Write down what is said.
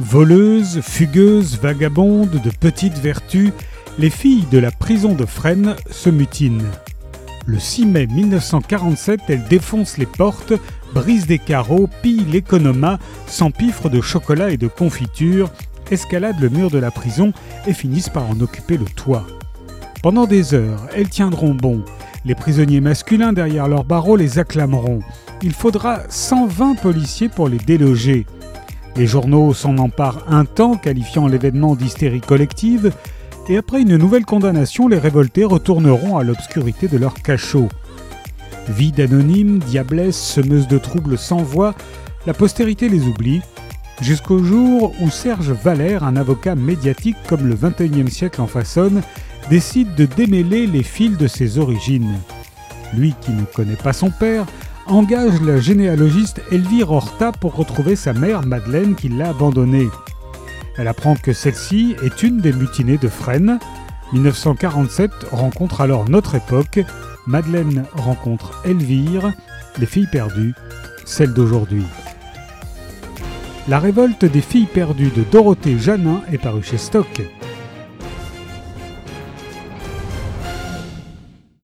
Voleuses, fugueuses, vagabondes de petite vertu, les filles de la prison de Fresnes se mutinent. Le 6 mai 1947, elles défoncent les portes, brisent des carreaux, pillent l'économat, s'empiffrent de chocolat et de confiture, escaladent le mur de la prison et finissent par en occuper le toit. Pendant des heures, elles tiendront bon. Les prisonniers masculins derrière leurs barreaux les acclameront. Il faudra 120 policiers pour les déloger. Les journaux s'en emparent un temps, qualifiant l'événement d'hystérie collective, et après une nouvelle condamnation, les révoltés retourneront à l'obscurité de leur cachot. Vie d'anonymes, diablesses, semeuses de troubles sans voix, la postérité les oublie, jusqu'au jour où Serge Valère, un avocat médiatique comme le XXIe siècle en façonne, décide de démêler les fils de ses origines. Lui qui ne connaît pas son père, engage la généalogiste Elvire Horta pour retrouver sa mère Madeleine qui l'a abandonnée. Elle apprend que celle-ci est une des mutinées de Fresnes. 1947 rencontre alors notre époque. Madeleine rencontre Elvire, les filles perdues, celles d'aujourd'hui. La révolte des filles perdues de Dorothée Janin est parue chez Stock.